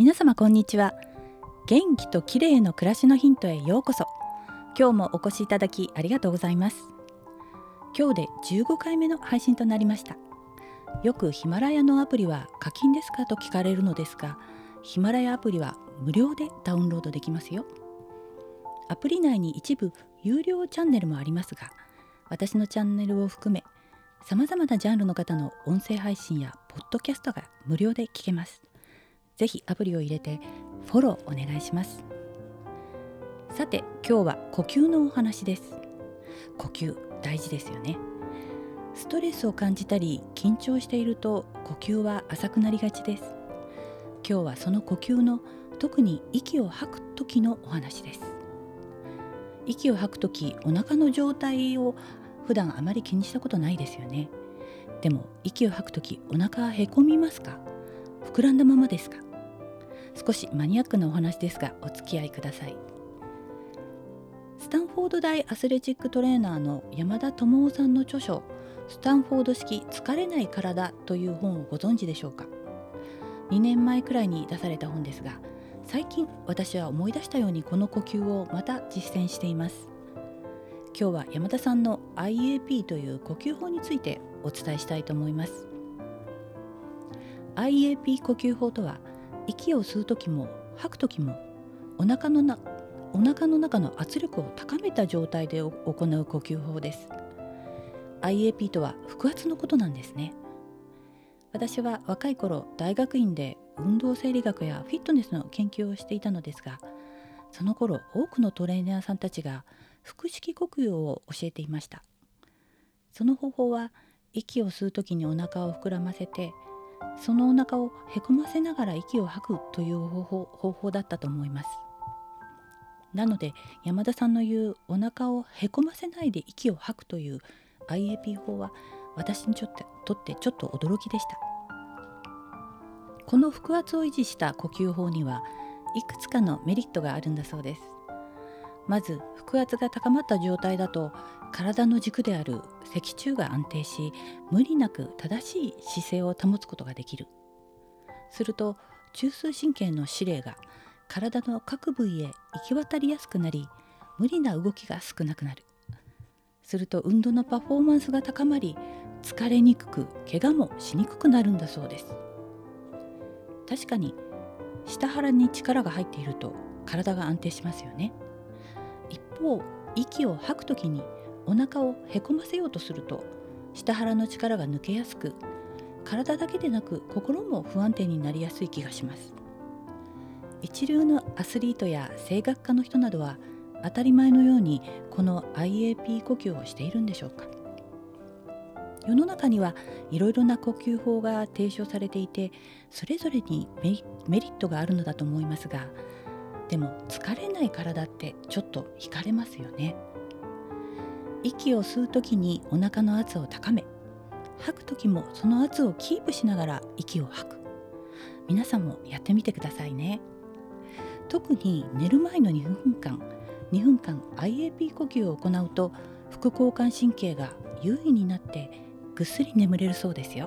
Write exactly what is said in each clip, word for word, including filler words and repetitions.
皆様こんにちは。元気と綺麗の暮らしのヒントへようこそ。今日もお越しいただきありがとうございます。今日でじゅうごかいめの配信となりました。よくヒマラヤのアプリは課金ですかと聞かれるのですが、ヒマラヤアプリは無料でダウンロードできますよ。アプリ内に一部有料チャンネルもありますが、私のチャンネルを含めさまざまなジャンルの方の音声配信やポッドキャストが無料で聞けます。ぜひアプリを入れてフォローお願いします。さて、今日は呼吸のお話です。呼吸大事ですよね。ストレスを感じたり緊張していると呼吸は浅くなりがちです。今日はその呼吸の特に息を吐く時のお話です。息を吐く時、お腹の状態を普段あまり気にしたことないですよね。でも息を吐く時、お腹はへこみますか？膨らんだままですか？少しマニアックなお話ですがお付き合いください。スタンフォード大アスレチックトレーナーの山田智夫さんの著書、スタンフォード式疲れない体という本をご存知でしょうか？にねんまえくらいに出された本ですが、最近私は思い出したようにこの呼吸をまた実践しています。今日は山田さんの アイエーピー という呼吸法についてお伝えしたいと思います。 アイエーピー 呼吸法とは、息を吸うときも吐くときもお腹のなお腹の中の圧力を高めた状態で行う呼吸法です。 アイエーピー とは腹圧のことなんですね。私は若い頃大学院で運動生理学やフィットネスの研究をしていたのですが、その頃多くのトレーナーさんたちが腹式呼吸を教えていました。その方法は、息を吸うときにお腹を膨らませて、そのお腹をへこませながら息を吐くという方法、方法だったと思います。なので山田さんの言うお腹をへこませないで息を吐くという アイエーピー 法は、私にとってとってちょっと驚きでした。この腹圧を維持した呼吸法にはいくつかのメリットがあるんだそうです。まず、腹圧が高まった状態だと体の軸である脊柱が安定し、無理なく正しい姿勢を保つことができる。すると中枢神経の指令が体の各部位へ行き渡りやすくなり、無理な動きが少なくなる。すると運動のパフォーマンスが高まり、疲れにくく怪我もしにくくなるんだそうです。確かに下腹に力が入っていると体が安定しますよね。一方、息を吐くときにお腹をへこませようとすると下腹の力が抜けやすく、体だけでなく心も不安定になりやすい気がします。一流のアスリートや声楽家の人などは当たり前のようにこの アイエーピー 呼吸をしているんでしょうか？世の中にはいろいろな呼吸法が提唱されていて、それぞれにメリットがあるのだと思いますが、でも疲れない体ってちょっと惹かれますよね。息を吸うときにお腹の圧を高め、吐くときもその圧をキープしながら息を吐く。皆さんもやってみてくださいね。特に寝る前のにふんかん、にふんかん アイエーピー 呼吸を行うと副交感神経が優位になってぐっすり眠れるそうですよ。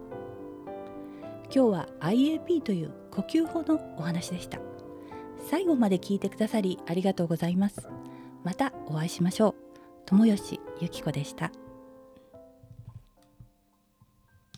今日は アイエーピー という呼吸法のお話でした。最後まで聞いてくださりありがとうございます。またお会いしましょう。友吉ゆき子でした。